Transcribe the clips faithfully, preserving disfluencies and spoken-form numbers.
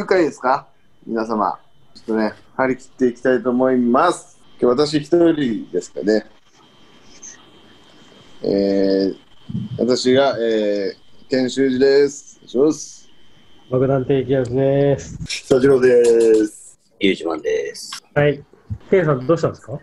かいですか皆様。ちょっとね、張り切っていきたいと思います。今日私一人ですかね。えー、私が、えー、研修時です。お願いします。 爆弾低気圧です。 佐次郎です。ゆうじまんです。 はい。ケンさんどうしたんですか？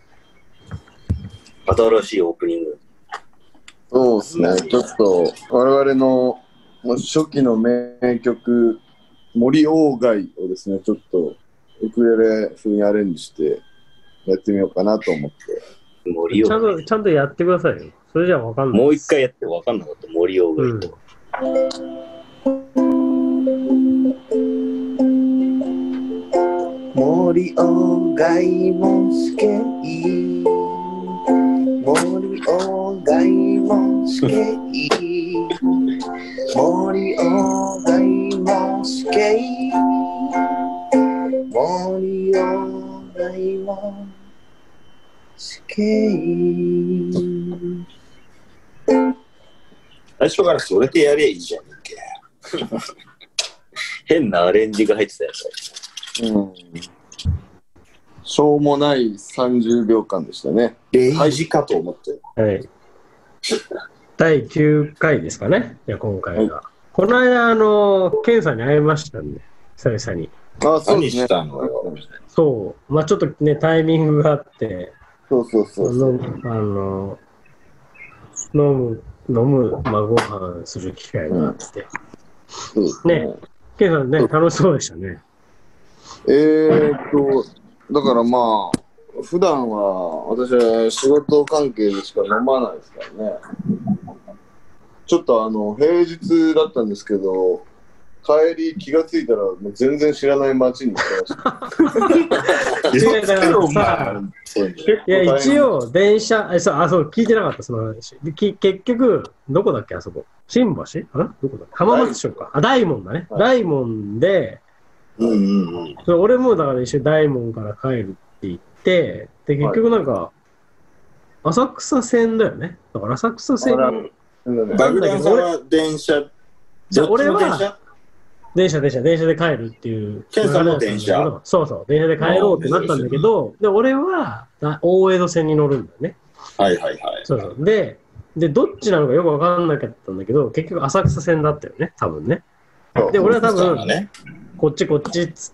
新しいオープニング。 そうですね。ちょっと我々の初期の名曲森鴎外をですね、ちょっとウクレレ風にアレンジしてやってみようかなと思って。 森鴎外。 ちゃんとちゃんとやってくださいよ。それじゃ分かんない。 もう一回やって分かんなかった。森鴎外と。 森鴎外もすけい森鴎外もすけい森鴎外もすけい森鴎外もすけい最初からそれでやればいいじゃんけ。変なアレンジが入ってたやつ。 うん。しょうもないさんじゅうびょうかんでしたね。 レイジかと思って。 はい。だいきゅうかいですかね。じゃあ今回が。はい、この間、あの、ケンさんに会いましたんで、久々に。 あ、そうですね。 何したのよ。 そう。まあちょっとね、タイミングがあって、 そうそうそうそう。 あの、飲む、飲む、まあご飯する機会があって。 うん、そうですね。 ね、ケンさんね、楽しそうでしたね。 えーっと、だからまあ、普段は私は仕事関係でしか飲まないですからね。ちょっとあの、平日だったんですけど、帰り気がついたらもう全然知らない街に行ってました。 いや、だからさ、いや、一応、電車、あ、そう、あ、そう、聞いてなかった、その話。でき結局、どこだっけ、あそこ。新橋あらどこだ浜松町か。あ、大門だね。はい、大門で、 うんうんうん、俺もだから一緒に大門から帰るって言って、で、結局なんか、はい、浅草線だよね。だから浅草線に。 爆弾さんは電車、 じゃあ俺は、電車、電車、電車で帰るっていう。 ケンさんも電車。 そうそう、電車で帰ろうってなったんだけど、で、俺は大江戸線に乗るんだよね。 はいはいはい。 そうそう。で、で、どっちなのかよく分かんなかったんだけど、結局浅草線だったよね、多分ね。で、俺は多分、ね、こっちこっちっつって、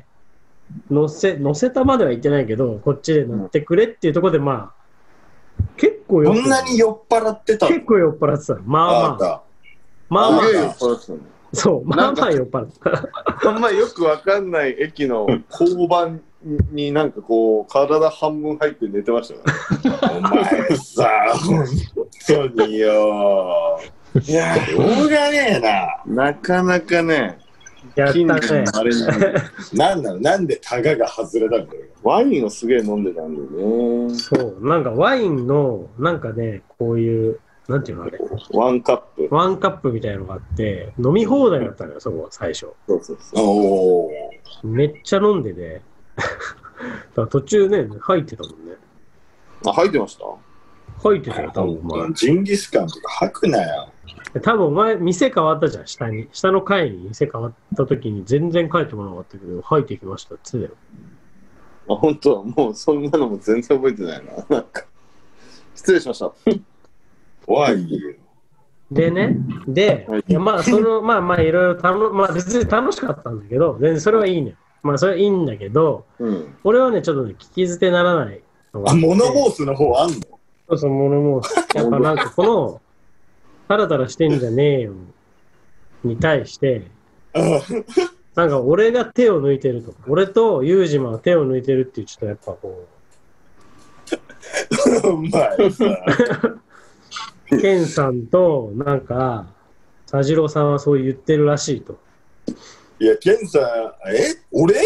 乗せ、乗せたまでは言ってないけど、こっちで乗ってくれっていうところで、まあ、結構よく。こんなに酔っ払ってたの？ 結構酔っ払ってたの。まあまあ。あまあまあ。 酔っ払ってたの。 そう、まあまあ酔っ払った。 あんまよくわかんない駅の交番になんかこう、体半分入って寝てましたから、ね。 お前さ、本当によ。いや、しょうがねえな。 なかなかね、 やったね。 あれなんなのなんでタガが外れたんだよ。 ワインをすげえ飲んでたんだよね。 そう、なんかワインの、なんかね、こういう、なんていうのあれワンカップワンカップみたいなのがあって飲み放題だったのよ、そこ最初。 そうそうそう。 おめっちゃ飲んでねだから途中ね入ってたもんね。 あ、入ってました？ 入ってたよ、多分。お前ジンギスカンとか吐くなよ。 多分お前店変わったじゃん。下に下の階に店変わった時に全然帰ってこなかったけど入ってきましたって言ってたよ。あ、本当はもうそんなのも全然覚えてないな。なんか失礼しました怖いよ。 でね、で、いやまあそのまあまあいろいろ楽まあ別に楽しかったんだけど、全然それはいいね。まあそれはいいんだけど、うん、俺はねちょっとね聞き捨てならないのがあって。 あ、モノモースの方あんの？ そうそう、モノモース。やっぱなんかこのタラタラしてんじゃねえよに対して、なんか俺が手を抜いてると、俺とユージマは手を抜いてるっていうちょっとやっぱこう。お前さ。 ケンさんとなんか佐次郎さんはそう言ってるらしいと。 いや、ケンさん、え俺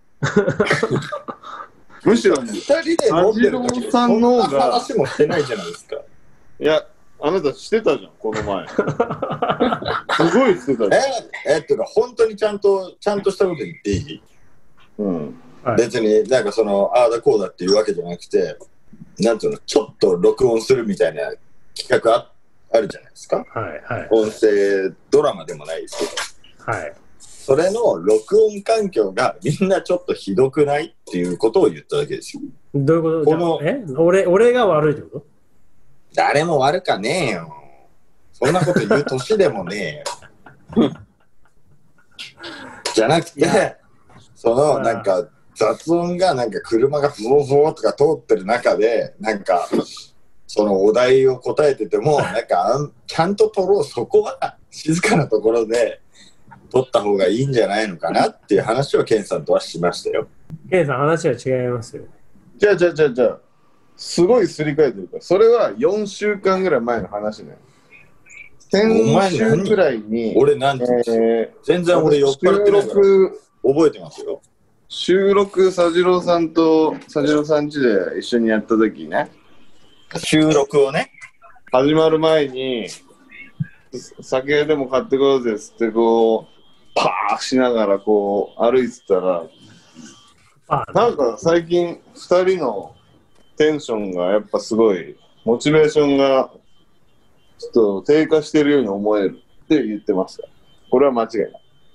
むしろね、ふたりで飲んでる時でそんな話もしてないじゃないですか。 いや、あなたしてたじゃん、この前。すごいしてたじゃん。 ええってか、本当にちゃんと、ちゃんとしたこと言っていい？うん。はい、別になんかその、ああだこうだっていうわけじゃなくて、なんていうの、ちょっと録音するみたいな企画 あ, あるじゃないですか。 はいはい。 音声ドラマでもないですけど。 はい。 それの録音環境がみんなちょっとひどくないっていうことを言っただけですよ。 どういうこと？このえ俺俺が悪いってこと？ 誰も悪かねえよ。そんなこと言う年でもねえよ。じゃなくて、そのなんか雑音がなんか車がフォーフォーとか通ってる中でなんかそのお題を答えててもなんかちゃんと撮ろう、そこは静かなところで撮った方がいいんじゃないのかなっていう話をケンさんとはしましたよ。 ケンさん話は違いますよ。 じゃあじゃあじゃあじゃあすごいすり替えてるから、それはよんしゅうかんぐらい前の話ね。先週くらいに俺なんて、えー、全然俺酔っ払ってないから覚えてますよ。 収録佐次郎さんと佐次郎さん家で一緒にやった時ね、 収録をね始まる前に酒でも買ってこようぜっつってこうパーしながらこう歩いてたら、なんか最近ふたりのテンションがやっぱすごいモチベーションがちょっと低下してるように思えるって言ってました。これは間違いない。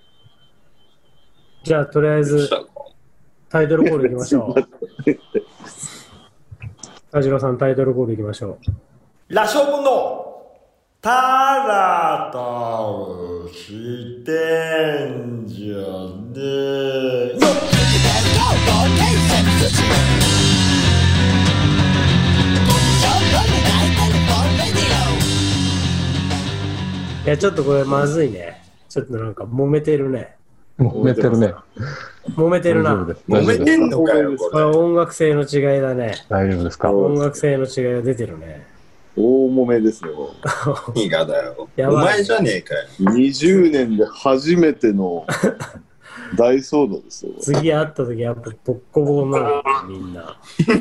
じゃあとりあえずタイトルコールいきましょう。田代さんタイトルコールいきましょう。羅生門のタラとしてんじゃねえよ。 いやちょっとこれまずいね。ちょっとなんか揉めてるね。 揉めてるね。 揉めてるな。 揉めてんのかよ。 これ音楽性の違いだね。 大丈夫ですか？ 音楽性の違いが出てるね。 大揉めですね。 何がだよ。お前じゃねえかよ。 にじゅうねんで初めての大騒動ですよ。 次会った時やっぱボッコボコになるみんな。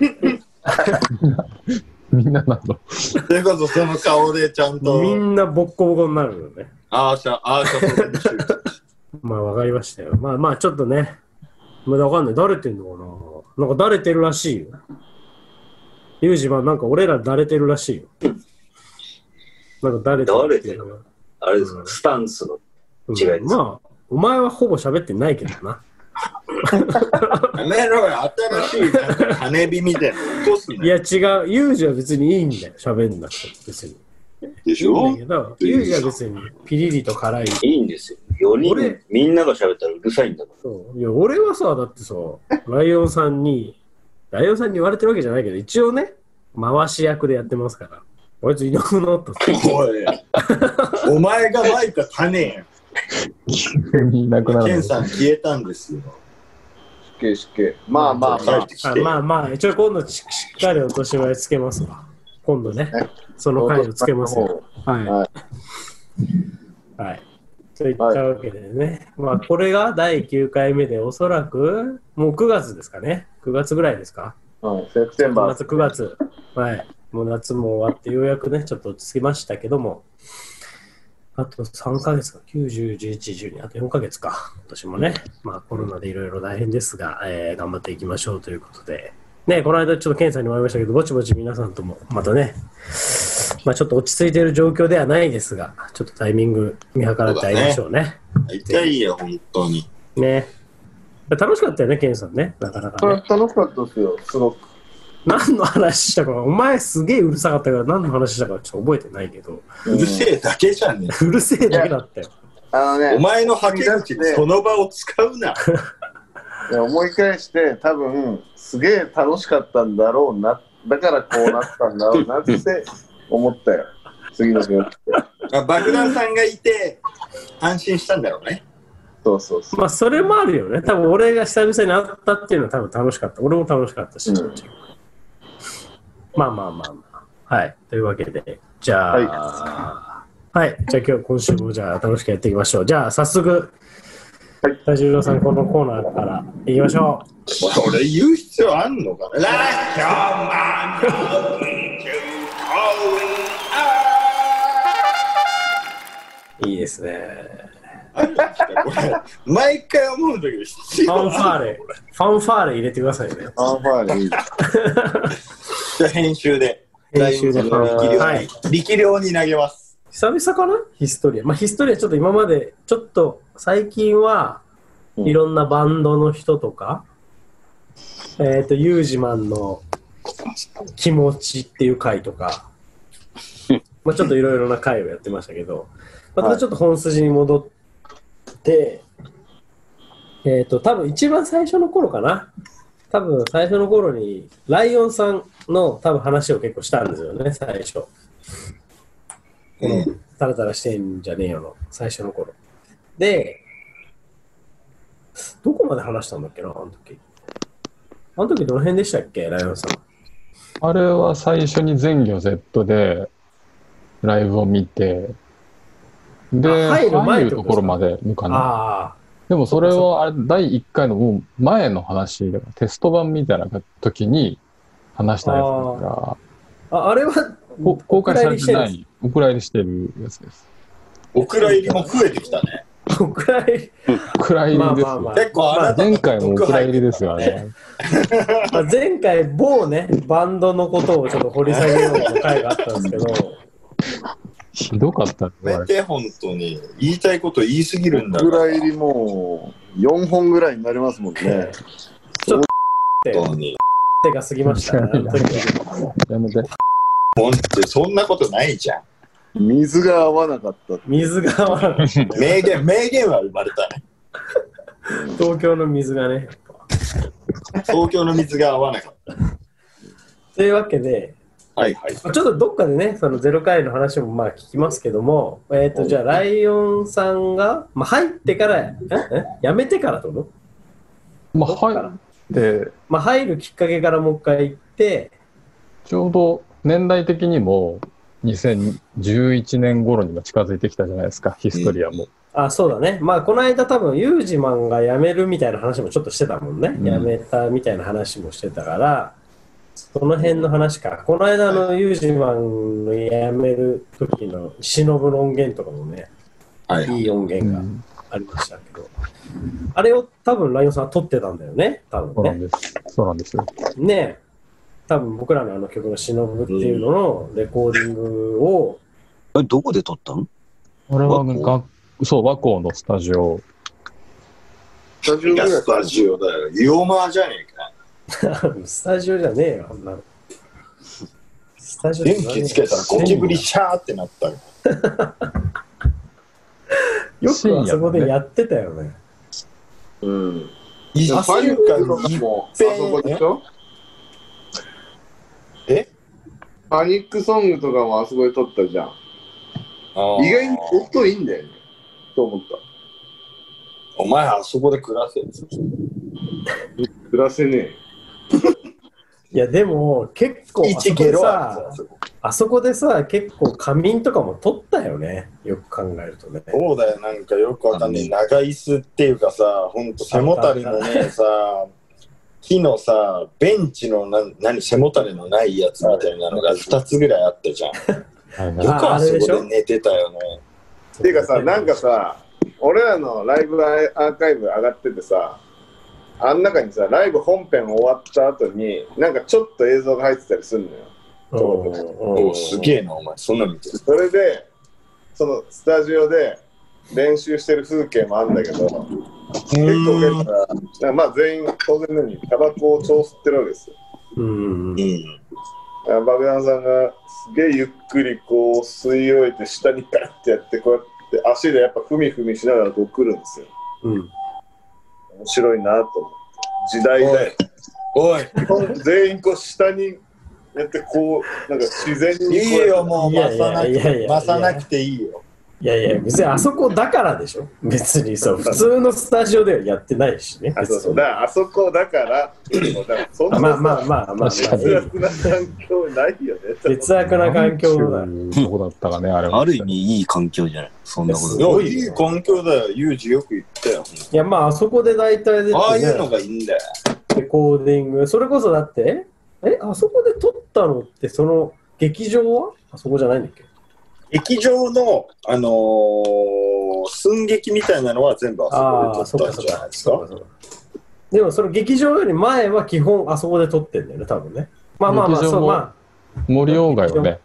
みんななの。 それこそその顔でちゃんと。 みんなボッコボコになるよね。 あーしゃ、あーしゃ、 まあわかりましたよ。まあまあちょっとね。まだわかんない。誰てんのかな。なんか誰てるらしいよ。ユージはなんか俺ら誰てるらしいよ。なんか誰てるっていうのが。 あれですか、うん、スタンスの違いです、うん。 まあ、お前はほぼ喋ってないけどな。 やめろよ、新しい羽火みたいなの起こすね。 いや違う、ユージは別にいいんだよ、喋んなくて別に。 でしょ？ いいんだけど、ユージは別にピリリと辛い。 いいんですよ。よにんみんなが喋ったらうるさいんだから。 そういや俺はさ、だってさ、ライオンさんに、ライオンさんに言われてるわけじゃないけど、一応ね、回し役でやってますから。あいついなくなった。 おい、お前がまいた種や。 急にいなくなる。 ケンさん消えたんですよ。 死刑死刑。まあまあまあ。 あまあまあ、一応今度しっかり落とし前つけますわ。今度ね、その回をつけますよ。はい。はい。はい、といったわけでね、はい、まあこれがだいきゅうかいめで、おそらくもうくがつですかね。くがつぐらいですか。 うん、セプテンバー。 くがつ、はい。もう夏も終わってようやくね、ちょっと落ち着きましたけども、あとさんかげつか、きゅう、じゅう、じゅういち、じゅうに、あとよんかげつか。今年もね、まあコロナでいろいろ大変ですが、えー、頑張っていきましょうということで、ね、この間ちょっとケンさんにも会いましたけど、ぼちぼち皆さんともまたね、まあちょっと落ち着いている状況ではないですが、ちょっとタイミング見計らって会いましょうね。 会いたいよ、本当に。 ね。楽しかったよね、ケンさんね、なかなかね。 楽しかったですよ、すごく。 何の話したか、お前すげえうるさかったから何の話したかちょっと覚えてないけど。 うるせえだけじゃねえ。うるせえだけだったよ。 あのね、 お前の吐き口でその場を使うな。 いや思い返して多分すげえ楽しかったんだろうな、だからこうなったんだろうなって思ったよ。次の日爆弾さんがいて安心したんだろうね。 そうそうそう。 まあそれもあるよね。多分俺が久々に会ったっていうのは多分楽しかった。俺も楽しかったし、うん、まあまあまあまあ。はい。というわけで、じゃあ、はい、はい、じゃあ今日今週もじゃあ楽しくやっていきましょう。じゃあ早速、田代さん、このコーナーからいきましょう。俺言う必要あんのかな。 いいですね。 毎回思うんだけど必要ファンファーレ、ファンファーレ入れてくださいね。 ファンファーレいい。 じゃあ編集で。 編集でファンファーレ。 はい。力量に投げます。 久々かなヒストリア。まあヒストリアちょっと今まで、ちょっと最近はいろんなバンドの人とか、うん、えっと、ユージマンの気持ちっていう回とか、まあちょっといろいろな回をやってましたけど、またちょっと本筋に戻って、はい、えっと、多分一番最初の頃かな。多分最初の頃にライオンさんの多分話を結構したんですよね、最初。このタラタラしてんじゃねえよの最初の頃。で、どこまで話したんだっけな、あの時。あの時どの辺でしたっけ、ライオンさん。 あれは最初に全魚 Z でライブを見て、で、入る前のところまで向かない。ああ。でもそれはあれだいいっかいのもう前の話だからテスト版みたいな時に話したやつだから。 あ, あれは公開されてない、お蔵入りしてるやつです。 お蔵入りも増えてきたね。 お蔵入り。 お蔵入りです。まあまあまあ、 結構あなた前回もお蔵入りですよね。 まあ前回某ねバンドのことをちょっと掘り下げようの回があったんですけど。 ひどかったね。 やめて本当に言いたいこと言いすぎるんだから。 お蔵入りもうよんほんぐらいになりますもんね。 ちょっと手が過ぎましたね。 やめて。 本当そんなことないじゃん。 水が合わなかった。 水が合わなかった。 名言名言は生まれたね。 東京の水がね。 東京の水が合わなかった。 というわけで。 はいはい、 ちょっとどっかでね、そのゼロ回の話もまあ聞きますけども、えっ、ー、と、じゃあ、ライオンさんが、まあ、入ってから、ええやめてからってことまあ、入って、 まあ、入るきっかけからもう一回行って、 ちょうど年代的にもにせんじゅういちねん頃にも近づいてきたじゃないですか、ヒストリアも。 うん、あ、そうだね。まあ、この間多分、ユージマンが辞めるみたいな話もちょっとしてたもんね。うん、辞めたみたいな話もしてたから、その辺の話か。この間のユージマンの辞める時の忍の音源とかもね、はい、いい音源がありましたけど、うん、あれを多分ライオンさんは撮ってたんだよね、多分ね。 そうなんです。そうなんですよ。 ねえ、多分僕らのあの曲の忍っていうののレコーディングを、 うん、え、どこで撮ったの？ あれはがそう、和光のスタジオ。 スタジオスタジオだよ。イオマーじゃねえか。 スタジオじゃねえよ、あんなの。スタジオ電気つけたらゴキブリシャーってなったよ。 よくあそこでやってたよね。 うん。 いっしゅうかんにいっぺんでしょ？ え？ パニックソングとかもあそこで撮ったじゃん。意外に音いいんだよね。と思った。 お前あそこで暮らせる。 暮らせねえ。 いやでも結構あそこでさ、あそこでさ結構仮眠とかも取ったよね。よく考えるとね。 そうだよ、なんかよくわかんない長椅子っていうかさ、ほんと背もたれのねさ、木のさベンチのな何背もたれのないやつみたいなのがふたつぐらいあったじゃん。よくあそこで寝てたよね。 っていうかさ、なんかさ、俺らのライブアーカイブ上がっててさ。あん中にさ、ライブ本編終わった後になんかちょっと映像が入ってたりするのよ。 おお、すげえなお前、そんな見てる。 それでそのスタジオで練習してる風景もあるんだけど、結構結構まあ全員当然のようにタバコを超吸ってるわけですよ。 うんうん、 爆弾さんがすげえゆっくりこう吸い終えて下にガッてやって、こうやって足でやっぱふみふみしながらこう来るんですよ。うん、面白いなと思って。時代でおい全員こう下にやってこうなんか自然にいいよ、もう増さなくて増さなくていいよ。 いやいや、別にあそこだからでしょ。別にそう普通のスタジオではやってないしね。 あ、そうそう、だからあそこだからそんなまあまあまあまあ劣悪な環境ないよね。 劣悪な環境だ。 どこだったかね、あれは。 ある意味いい環境じゃない。そんなこといい環境だよ。ユージよく言ったよ。 いやまああそこで大体で、 ああいうのがいいんだよ。 レコーディング、それこそだってえあそこで撮ったのってその劇場はあそこじゃないんだっけ？ 劇場の、あのー、寸劇みたいなのは全部あそこで撮ったんじゃないですか。 でもその劇場より前は基本あそこで撮ってんだよね、多分ね。まあまあまあ、そうまあ。 森鴎外をね、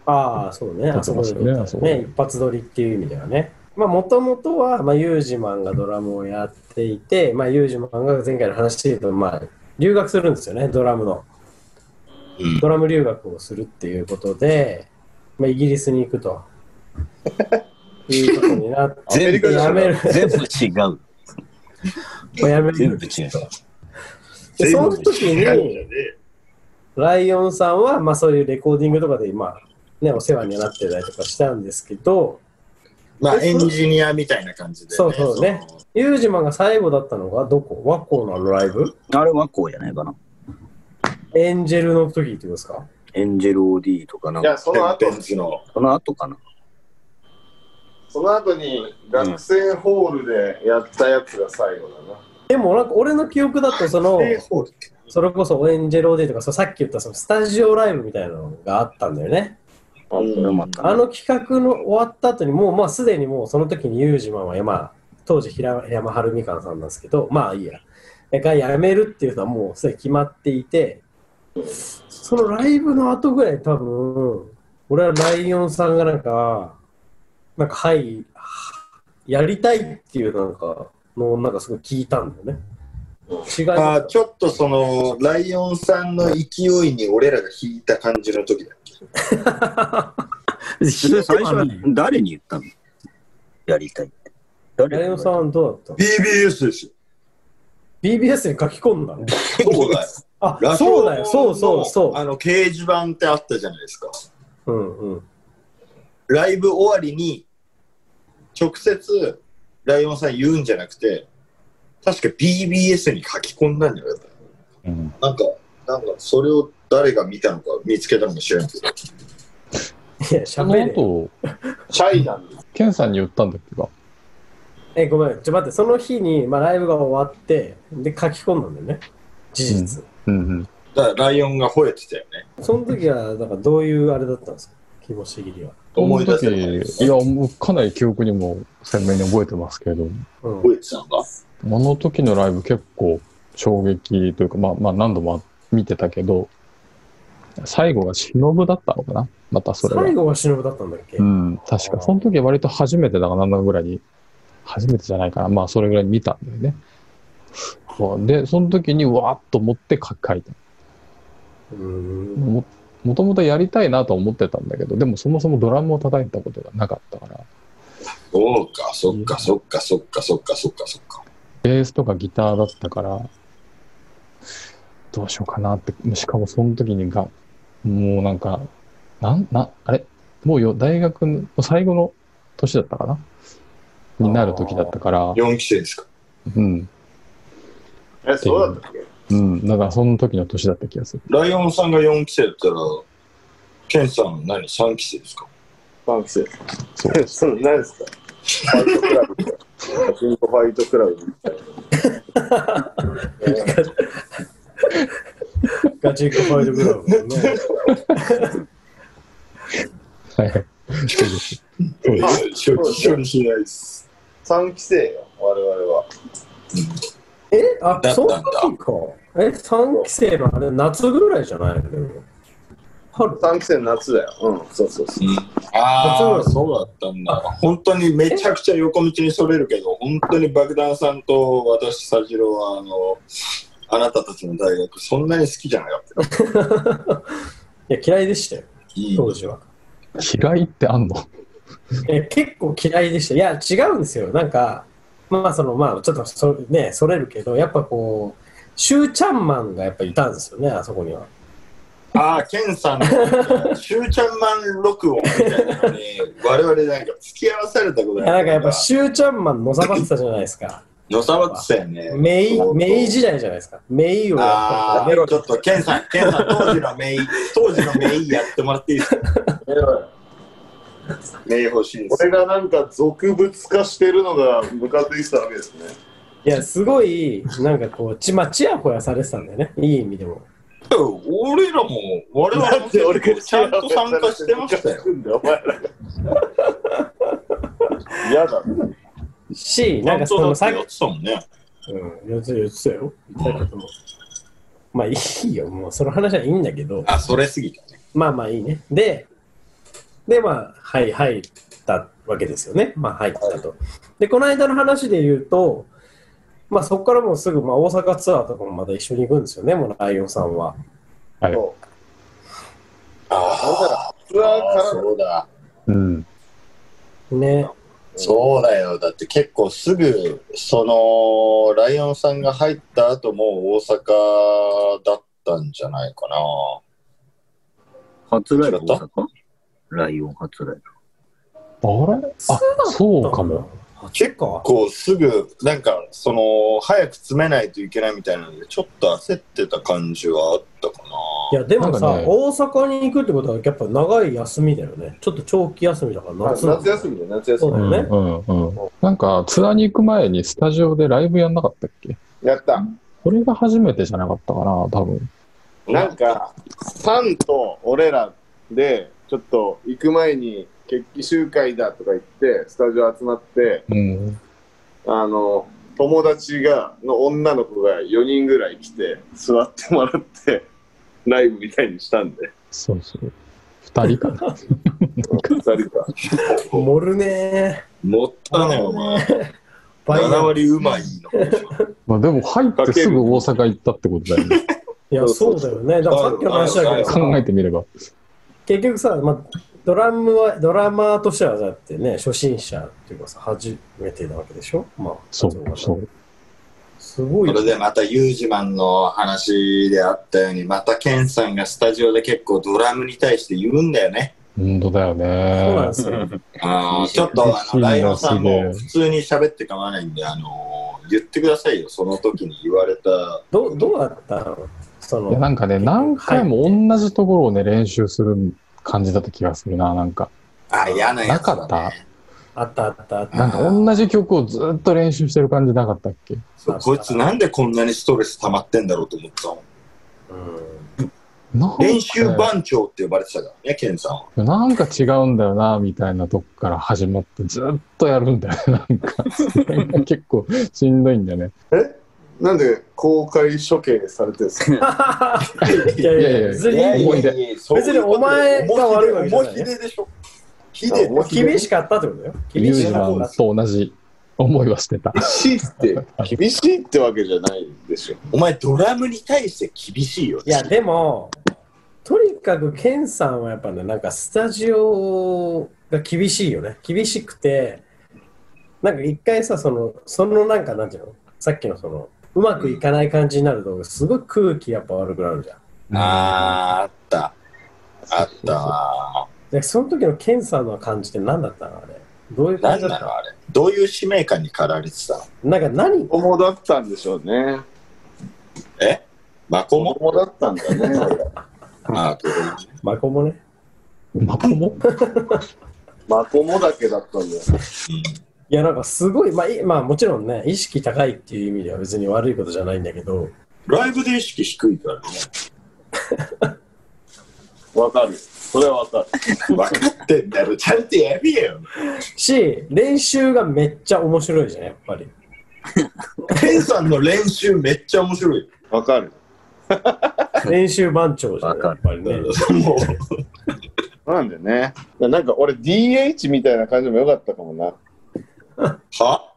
ああ、そうね。あそこでね、ね、一発撮りっていう意味ではね。まあ、もともとは、まあ、ユージマンがドラムをやっていて、まあ、ユージマンが前回の話で言うと、まあ、留学するんですよね、ドラムの。うん、ドラム留学をするっていうことで、まあ、イギリスに行くと。いうことになって、 全部やめる。全部違う。 まあ、やめる。 全部違う。 で、その時に、ライオンさんは、まあ、そういうレコーディングとかで、まあ、ね、お世話になってたりとかしたんですけど、 まあ、エンジニアみたいな感じで、ね。 そうそうね。ユージマンが最後だったのがどこ？ワコーのあのライブ？ あれワコーじゃないかな。 エンジェルの時ってことですか？ エンジェル オーディー とかなんか。 いや、その後の。 その後かな。 その後に学生ホールでやったやつが最後だな。うん、 でもなんか俺の記憶だとその、それこそエンジェル オーディー とか、さっき言ったそのスタジオライブみたいなのがあったんだよね。 あ, うん、あの企画の終わった後にもうまあすでにもうその時にユージマンは、まあ、当時平山晴美館さんなんですけど、まあいいやが辞めるっていうのはもうすでに決まっていて、そのライブの後ぐらい多分俺はライオンさんがなんかなんかはいやりたいっていうなんかのなんかすごい聞いたんだよね。違いあちょっとそのライオンさんの勢いに俺らが引いた感じの時だっけ最初は誰に言ったの？やりたいって。 誰ライオンさんどうだったの？ ビービーエス ですよ。 ビービーエス に書き込んだの？ そうだよ。 あ、そうだよ。そうそうそう。 あの掲示板ってあったじゃないですか。 うんうん。 ライブ終わりに直接ライオンさん言うんじゃなくて、確か ビービーエス に書き込んだんじゃないかな。うん、なんか、なんかそれを誰が見たのか見つけたのか知らんけど。 いや、しゃべれ。 その後、 シャイなんです。 ケンさんに言ったんだっけか。 え、ごめん。ちょ、待って、その日に、まあ、ライブが終わって、で、書き込んだんだよね。事実。 うん。うんうん。 だからライオンが吠えてたよね。 その時は、だからどういうあれだったんですか？気持ち的には。 思い出せる。いや、もうかなり記憶にも鮮明に覚えてますけど。 うん、覚えてたんだ。 あの時のライブ結構衝撃というか、まあまあ何度も見てたけど、最後が忍だったのかな、またそれは。 最後が忍だったんだっけ？ うん、確か。その時は割と初めてだから何度ぐらいに、初めてじゃないかな、まあそれぐらいに見たんだよね。で、その時にわーっと思って書いた。 うーんも、もともとやりたいなと思ってたんだけど、でもそもそもドラムを叩いたことがなかったから。 そうか、そっか、そっか、そっか、そっか、そっか、そっか。 ベースとかギターだったから、どうしようかなって、しかもその時にが、もうなんか、なん、な、あれもうよ、大学の最後の年だったかなになる時だったから。 よんきせいですか？ うん。 え、そうだったっけ？ うん、だからその時の年だった気がする。 ライオンさんがよんきせいだったら、ケンさん何 さんきせいですか？ さんきせい。そう。それ何ですか？ファイトクラブみたいな。ガチンコファイトクラブみたいな。 ガチンコファイトクラブね。 はいはい。そうです。そうです。 処理しないです。 さんきせいよ、我々は。 えあ、そうか。え、さんきせいのあれ、夏ぐらいじゃないの？ 春さんきせいの夏だよ。うん、そうそうそう。うん、 ああ、そうだったんだ。本当にめちゃくちゃ横道にそれるけど、本当に爆弾さんと私、佐次郎は、あの、あなたたちの大学、そんなに好きじゃなかった。 いや、嫌いでしたよ、当時は。 嫌いってあんの？ え結構嫌いでした。いや、違うんですよ。なんか、まあ、その、まあ、ちょっとそ、ね、それるけど、やっぱこう、シューチャンマンがやっぱいたんですよね、あそこには。 ああ、ケンさんのシューチャンマン録音みたいなのに、我々なんか付き合わされたことない。なんかやっぱシューチャンマンのさばってたじゃないですか。 のさばってたよね。 メイ、メイ時代じゃないですか。メイをやった。ああ、ちょっとケンさん、ケンさん、当時のメイ、当時のメイやってもらっていいですか？メイ欲しいです。 俺がなんか俗物化してるのがムカついてたわけですね。 いや、すごい、なんかこう、ち、まあ、ちやほやされてたんだよね。いい意味でも。 俺らも、我々も俺がちゃんと参加してましたよ。 嫌だ。 し、なんかそのさっき、 やってたもんね。 うん、やってたよ。だけど、まあいいよ、もうその話はいいんだけど。 あ、それすぎたね。 まあまあいいね。で、 で、まあ、はい、入ったわけですよね。まあ、入ったと。で、この間の話で言うと、まあ、そこからもうすぐ、まあ、大阪ツアーとかもまた一緒に行くんですよね、もうライオンさんは。 はい。 ああ、ツアーからそうだ。 うん。 ね。 そうだよ。だって結構すぐ、その、ライオンさんが入った後も大阪だったんじゃないかな。 初ライブ大阪？ライオン初ライブ。あれ？あ、そうかも。 結構すぐ、なんか、その、早く詰めないといけないみたいなので、ちょっと焦ってた感じはあったかな。 いや、でもさ、ね、大阪に行くってことは、やっぱ長い休みだよね。ちょっと長期休みだから夏、 夏休みだよ、夏休み。 そうだよね。 うんうんうん。なんか、ツアーに行く前にスタジオでライブやんなかったっけ？ やった。 これが初めてじゃなかったかな、多分。 なんか、サンと俺らで、ちょっと行く前に、決起集会だとか言ってスタジオ集まって、 うん、 あの友達がの女の子がよにんぐらい来て座ってもらってライブみたいにしたんで。 そうそうふたりかなふたりか盛るねー盛ったねお前ななわりうまいのまあでも入ってすぐ大阪行ったってことだよねいやそうだよね。だからさっきの話だけど考えてみれば結局さ、まあドラムはドラマーとしてはだってね初心者っていうかさ初めてなわけでしょ。まあそうそうすごい。 それでまたユージマンの話であったようにまたケンさんがスタジオで結構ドラムに対して言うんだよね。 本当だよね。 そうなんですよ。 あちょっとあのライオンさんも普通に喋って構わないんであの言ってくださいよその時に言われた。 どどうだったのその。 いやなんかね何回も同じところをね練習する感じだった気がするな、なんか。 あ、嫌なやつだね。 なかった？ あったあったあった。 なんか同じ曲をずっと練習してる感じなかったっけ？ そうこいつなんでこんなにストレス溜まってんだろうと思ったの。うん、練習番長って呼ばれてたからね、ケンさんは。 なんか違うんだよな、みたいなとこから始まってずっとやるんだよね、なんか。それが結構しんどいんだよね。 えなんで公開処刑されてるんですかいやいやいや、別に、思い出。別にお前が悪いわけじゃない。 ヒデでしょ。 ヒデ、厳しかったってことだよ。 ユージマンと同じ思いはしてた。 厳しいって、厳しいってわけじゃないでしょ。 お前ドラムに対して厳しいよ。 いや、でも、とにかくケンさんはやっぱね、なんかスタジオが厳しいよね。厳しくて、なんか一回さ、その、そのなんかなんていうのさっきのその、うまくいかない感じになると、すごい空気やっぱ悪くなるじゃん。 あー、あった。あったわ。 で、その時のケンさんの感じって何だったのあれ。どういう感じだったのあれ。どういう使命感に駆られてたのなんか何重だったんでしょうね。 えマコモ重だったんだね。 あマコモね。 マコモマコモだけだったんだよ。 いやなんかすごい、まあ、まあもちろんね意識高いっていう意味では別に悪いことじゃないんだけどライブで意識低いからねわかるそれはわかる分かってんだろちゃんとやりよし練習がめっちゃ面白いじゃんやっぱりケンさんの練習めっちゃ面白いわかる練習番長じゃんやっぱりねもうなんでねなんか俺 ディーエイチ みたいな感じもよかったかもなは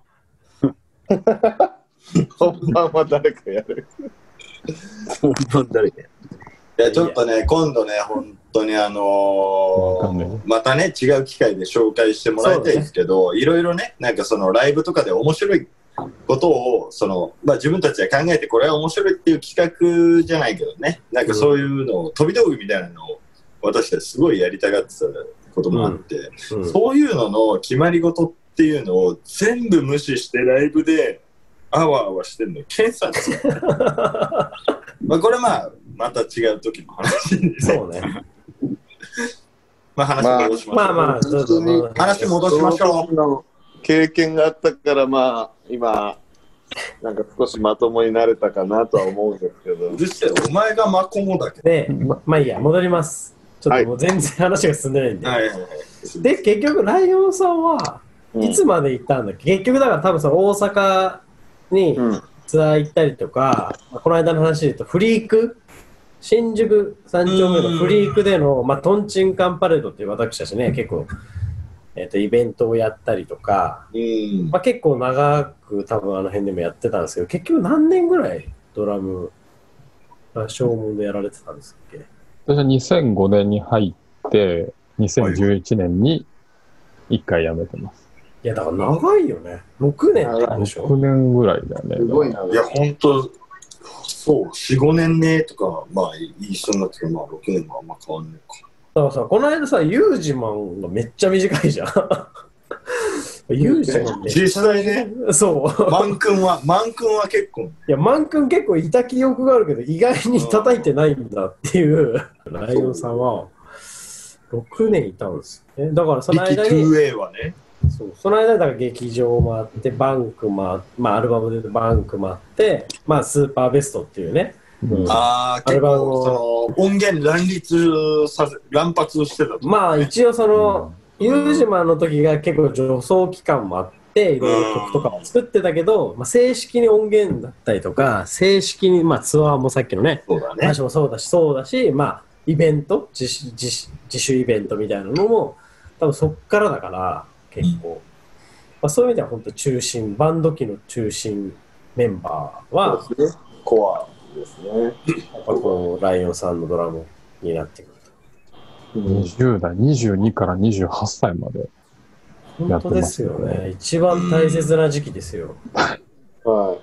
本番は誰かやる本番誰かやるいやちょっとね今度ね本当にあのー、またね違う機会で紹介してもらいたいですけど、ね、いろいろねなんかそのライブとかで面白いことをその、まあ、自分たちで考えてこれは面白いっていう企画じゃないけどねなんかそういうのを、うん、飛び道具みたいなのを私たちすごいやりたがってたこともあって、うんうん、そういうのの決まり事っていうのを全部無視してライブであわあわしてるのケンさんですよまあこれまあまた違う時の話で、ね、 そうねまあ話戻しましょう、 まあまあちょっと話戻しましょう経験があったからまあ今なんか少しまともになれたかなとは思うんですけどうるせえお前がマコモだけどでま、まあいいや戻りますちょっともう全然話が進んでないんで、はいはいはいはい、で結局ライオンさんはいつまで行ったんだっけ、うん、結局だから多分その大阪にツアー行ったりとか、うん、この間の話で言うとフリーク新宿三丁目のフリークでの、まあ、トンチンカンパレードっていう私たちね、結構、えーと、イベントをやったりとか、 うんまあ、結構長く多分あの辺でもやってたんですけど、結局何年ぐらいドラム、消耗でやられてたんですっけ？ 私はにせんごねんに入って、にせんじゅういちねんにいっかい辞めてます。 いや、だから長いよね。ろくねんってでしょ。 ろくねんぐらいだよね。 すごいな。 いや、ほんと、そう、よん、ごねんねとか、まあ、一緒になってけど、まあ、ろくねんもあんま変わんないか。 だからさ、この間さ、ユージマンがめっちゃ短いじゃん。ユージマンめっちゃ実際ね、 そう。 マン君は、マン君は結構。 いや、マン君結構いた記憶があるけど、意外に叩いてないんだっていう、ライオンさんは、ろくねんいたんですよね。だからその間に、 ビキ ツーエー はね。 そうその間だから劇場回って、バンク回って、まあアルバムでバンク回って、まあスーパーベストっていうね。 うん、 ああ、結構その音源乱立させ、乱発してたと、ね。 まあ一応その、うん、ユージマンの時が結構助走期間もあって、いろいろ曲とかも作ってたけど、まあ、正式に音源だったりとか、正式にまあツアーもさっきのね、 そうだね。 話もそうだし、そうだし、まあイベント、自主、自主、自主イベントみたいなのも、多分そっからだから、結構。うんまあ、そういう意味では本当中心、バンド機の中心メンバーは、 そうですね、コアですね。 やっぱこう、ライオンさんのドラムになってくると。 にじゅう代、にじゅうにからにじゅうはっさいまでやってます、ね。 本当ですよね。一番大切な時期ですよ。 はい。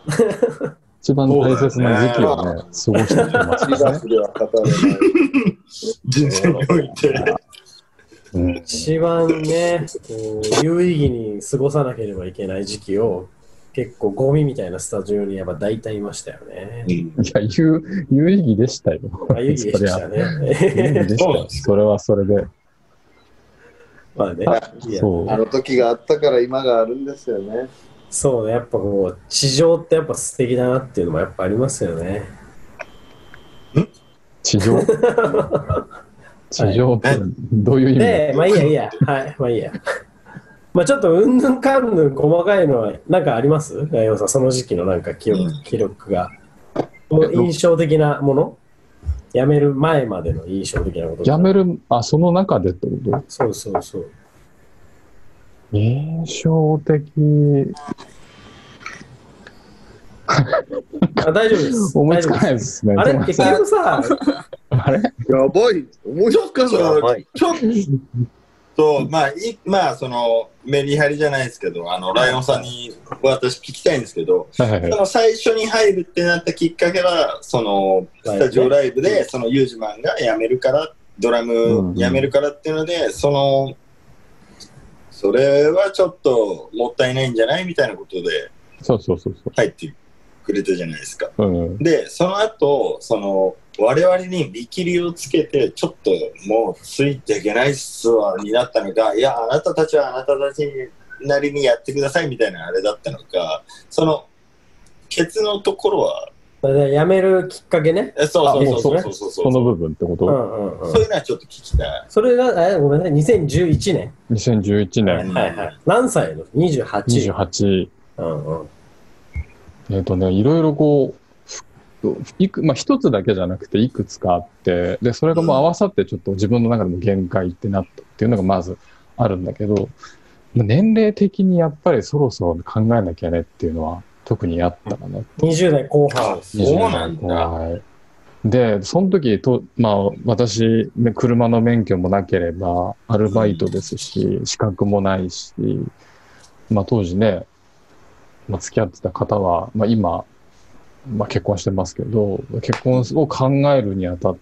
一番大切な時期をね、過ごしてきてますね。 シラスでは語れない。 人生において。 うん、一番ね、有意義に過ごさなければいけない時期を結構ゴミみたいなスタジオにやっぱ大体いましたよね。 いや、有, 有意義でしたよ。 あ有意義でしたね。 有意義でしたよ。それはそれで。 まあね。 いやそうあの時があったから今があるんですよね。 そうね、やっぱこう、地上ってやっぱ素敵だなっていうのもやっぱありますよね。 ん地上地上ってどういう意味で、まあいいやいいや。はい、まあいいや。まあちょっとうんぬんかんぬん細かいのはなんかありますライオンさん、その時期のなんか記憶、記録が。印象的なもの辞める前までの印象的なこと。 辞める、あ、その中でってことそうそうそう。 印象的。 あ大丈夫です。 思いつかないですね。 あれ結局さ、 あれやばい。思いつかない。 ちょっと、まあ、いまあ、その、メリハリじゃないですけど、あの、ライオンさんに私聞きたいんですけど、 はいはいはい、 その最初に入るってなったきっかけは、その、スタジオライブで、そのユージマンが辞めるから、ドラム辞めるからっていうので、うんうん、その、それはちょっともったいないんじゃないみたいなことで、 そうそうそうそう。 入ってくれたじゃないですか。 うん、 で、その後、その、我々に見切りをつけて、ちょっともうついていけないっすわになったのか、いや、あなたたちはあなたたちなりにやってくださいみたいなあれだったのか、その、ケツのところは、 やめるきっかけね。 そうそうそうそうそうそうその部分ってこと、 うんうんうん、そういうのはちょっと聞きたい。 それが、えごめんね、にせんじゅういちねん。 にせんじゅういちねん。 はいはい。何歳の ?にじゅうはち。 にじゅうはち。 うんうん。 えっとね、いろいろこう、いくまあ、一つだけじゃなくていくつかあって、で、それがもう合わさってちょっと自分の中でも限界ってなったっていうのがまずあるんだけど、年齢的にやっぱりそろそろ考えなきゃねっていうのは特にあったかな。 にじゅう代後半。 そうなんだ。 で、その時と、まあ、私、車の免許もなければ、アルバイトですし、資格もないし、まあ当時ね、まあ、付き合ってた方は、まあ、今、まあ、結婚してますけど、結婚を考えるにあたって、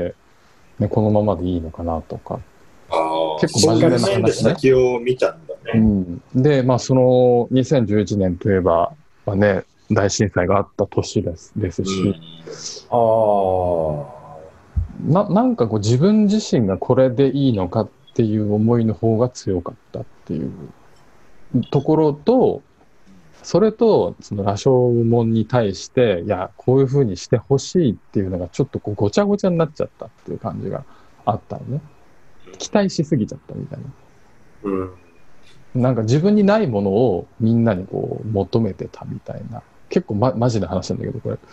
ね、このままでいいのかなとか、 あ結構真面目な話ね。 先を見たんだね。 うん、で、まあ、そのにせんじゅういちねんといえば、まあね、大震災があった年ですですし、うん、 あななんかこう自分自身がこれでいいのかっていう思いの方が強かったっていうところと、それとその羅生門に対していやこういうふうにしてほしいっていうのがちょっとこうごちゃごちゃになっちゃったっていう感じがあったのね。期待しすぎちゃったみたいな、 うん、 なんか自分にないものをみんなにこう求めてたみたいな、結構、ま、マジな話なんだけどこれ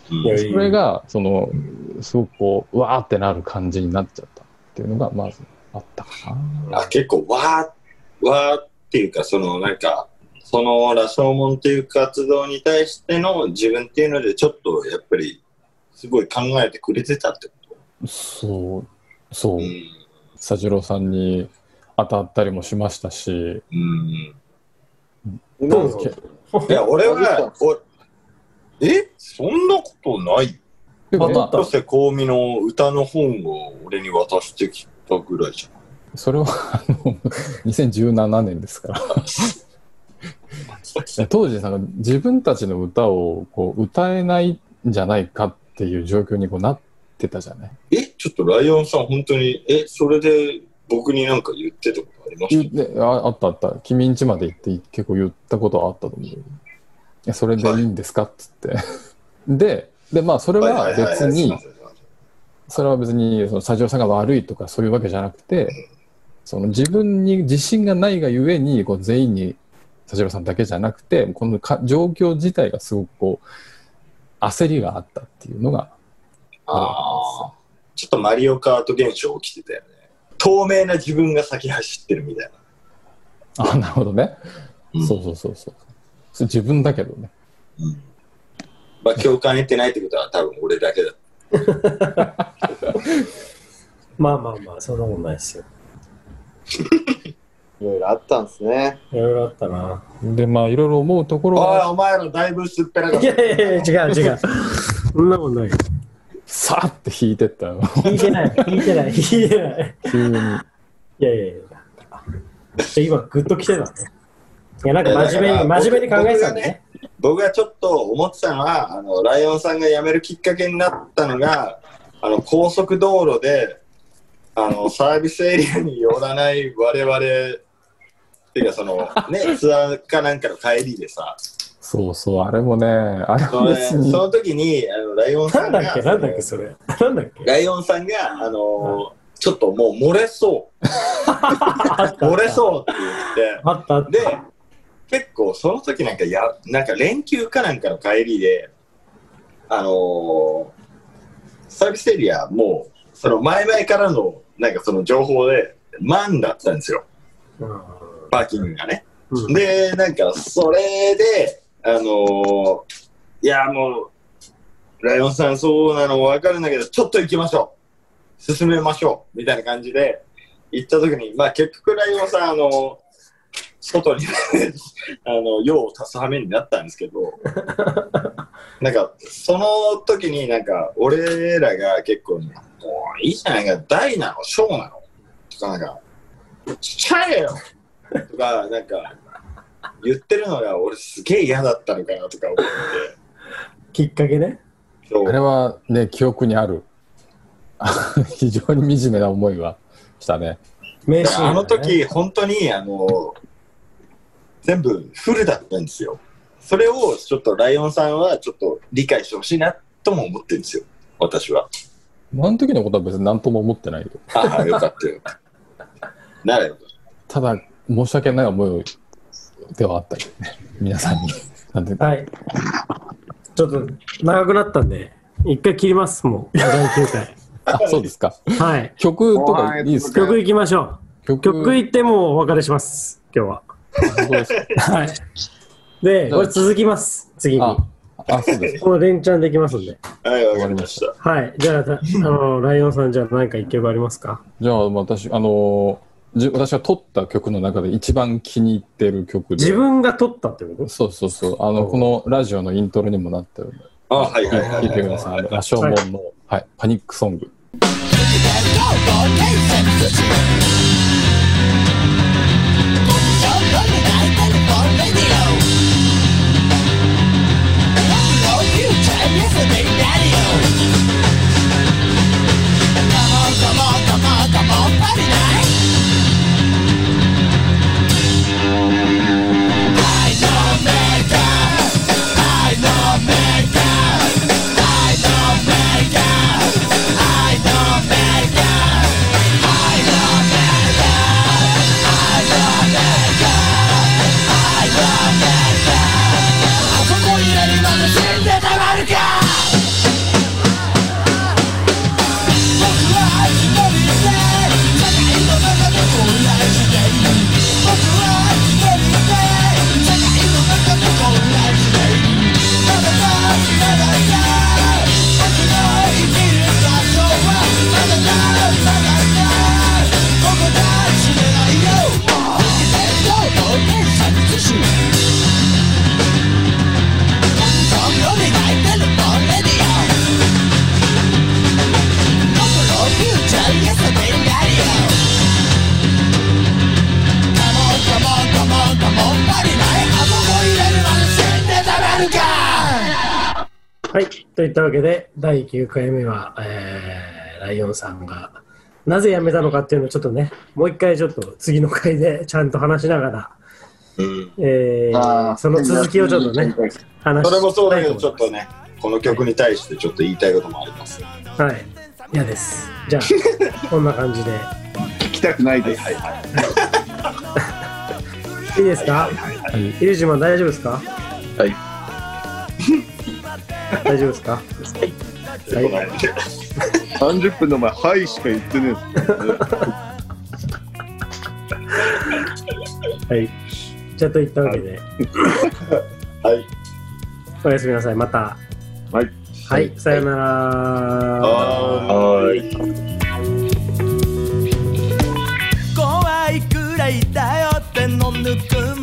うん、それがそのすごくこううわーってなる感じになっちゃったっていうのがまずあったかな。 あ、結構わーわーっていうか、そのなんかその羅生門っていう活動に対しての自分っていうのでちょっとやっぱりすごい考えてくれてたってこと？ そうそう、うん、佐次郎さんに当たったりもしましたし、うん、 どうぞ。いや俺はえそんなことない。渡瀬香美の歌の本を俺に渡してきたぐらいじゃん。 それはあのにせんじゅうななねんですから当時なんか自分たちの歌をこう歌えないんじゃないかっていう状況にこうなってたじゃない。 えちょっとライオンさん本当にえそれで僕に何か言ってたことありました？ あ, あったあった君ん家まで行って結構言ったことはあったと思う。いやそれでいいんですかっつってででまあそれは別にそれは別にその佐次郎さんが悪いとかそういうわけじゃなくて、その自分に自信がないがゆえにこう全員に佐次郎さんだけじゃなくてこのか状況自体がすごくこう焦りがあったっていうのがああちょっとマリオカート現象起きてたよね。透明な自分が先走ってるみたいな。あなるほどね、うん、そうそうそうそうそれ自分だけどね、うん、 まあ共感得てないってことは多分俺だけだまあまあまあそんなことないですよいろいろあったんですね。 いろいろあったな。 でまあいろいろ思うところはおいお前らだいぶすっぺらかった。 いやいやいや違う違うそんなことないさーって引いてったよ。 引いてない引いてない引いてない急に。いやいやいや今グッと来てたね。いやなんか真面目に真面目に考えてたんでね。 僕がちょっと思ってたのはあのライオンさんが辞めるきっかけになったのがあの高速道路であのサービスエリアに寄らない我々っていうかそのねツアーかなんかの帰りでさそうそうあれもねあれも別にそ, のその時にあのライオンさんがなんだっけなんだっけそれなんだっけライオンさんがあのちょっともう漏れそう漏れそうって言ってあったあったで結構その時なんかやなんか連休かなんかの帰りであのー、サービスエリアもうその前々からのなんかその情報で満だったんですよ、うん、パーキングがね、うん、でなんかそれであのー、いやもうライオンさんそうなの分かるんだけどちょっと行きましょう進めましょうみたいな感じで行った時にまあ結局ライオンさんあのー外にあの用を足す羽目になったんですけどなんかその時になんか俺らが結構、ね、もういいじゃないか大なの小なのとかなんかちっちゃいよとかなんか言ってるのが俺すげえ嫌だったのかなとか思ってきっかけねあれはね記憶にある非常に惨めな思いはしたね。 ねあの時本当にあの全部フルだったんですよ。それをちょっとライオンさんはちょっと理解してほしいなとも思ってるんですよ私は。 あの時のことは別に何とも思ってないよ。 ああよかったよならよかった。 ただ申し訳ない思いではあったけどね皆さんになんではいちょっと長くなったんで一回切りますもうだいきゅうかいあそうですかはい曲とかいいですか。 曲いきましょう。 曲, 曲いってもうお別れします今日ははい。で、これ続きます。次に。 あ、あそうです。 この連チャンできますんで。 はい、わかりました。 はい。じゃあ、あのライオンさん、じゃあ何か一曲ありますか？ じゃあ、私、あのー、私が撮った曲の中で一番気に入ってる曲で。 自分が撮ったってこと？ そうそうそう。あの、このラジオのイントロにもなってるんで。 あ、はいはいはい。 聞いてください。羅生門の、はい、パニックソング。 I know はい。といったわけで、だいきゅうかいめは、えー、ライオンさんが、なぜ辞めたのかっていうのをちょっとね、もう一回ちょっと次の回でちゃんと話しながら、うんえー、その続きをちょっとね、 話しそれもそうだけど、ちょっとね、この曲に対してちょっと言いたいこともあります。 はい。嫌です。じゃあ、こんな感じで。 聞きたくないです。はいはいいいですか？はいはいはい。イルジマン大丈夫ですか？ はい。 大丈夫ですか？はい。 はい。さんじゅっぷんの前、はいしか言ってねえ。はい。じゃあといったわけで。 はい。 おやすみなさい。また。 はい。 はい。さよなら。 はい。 怖いくらいだよってのぬく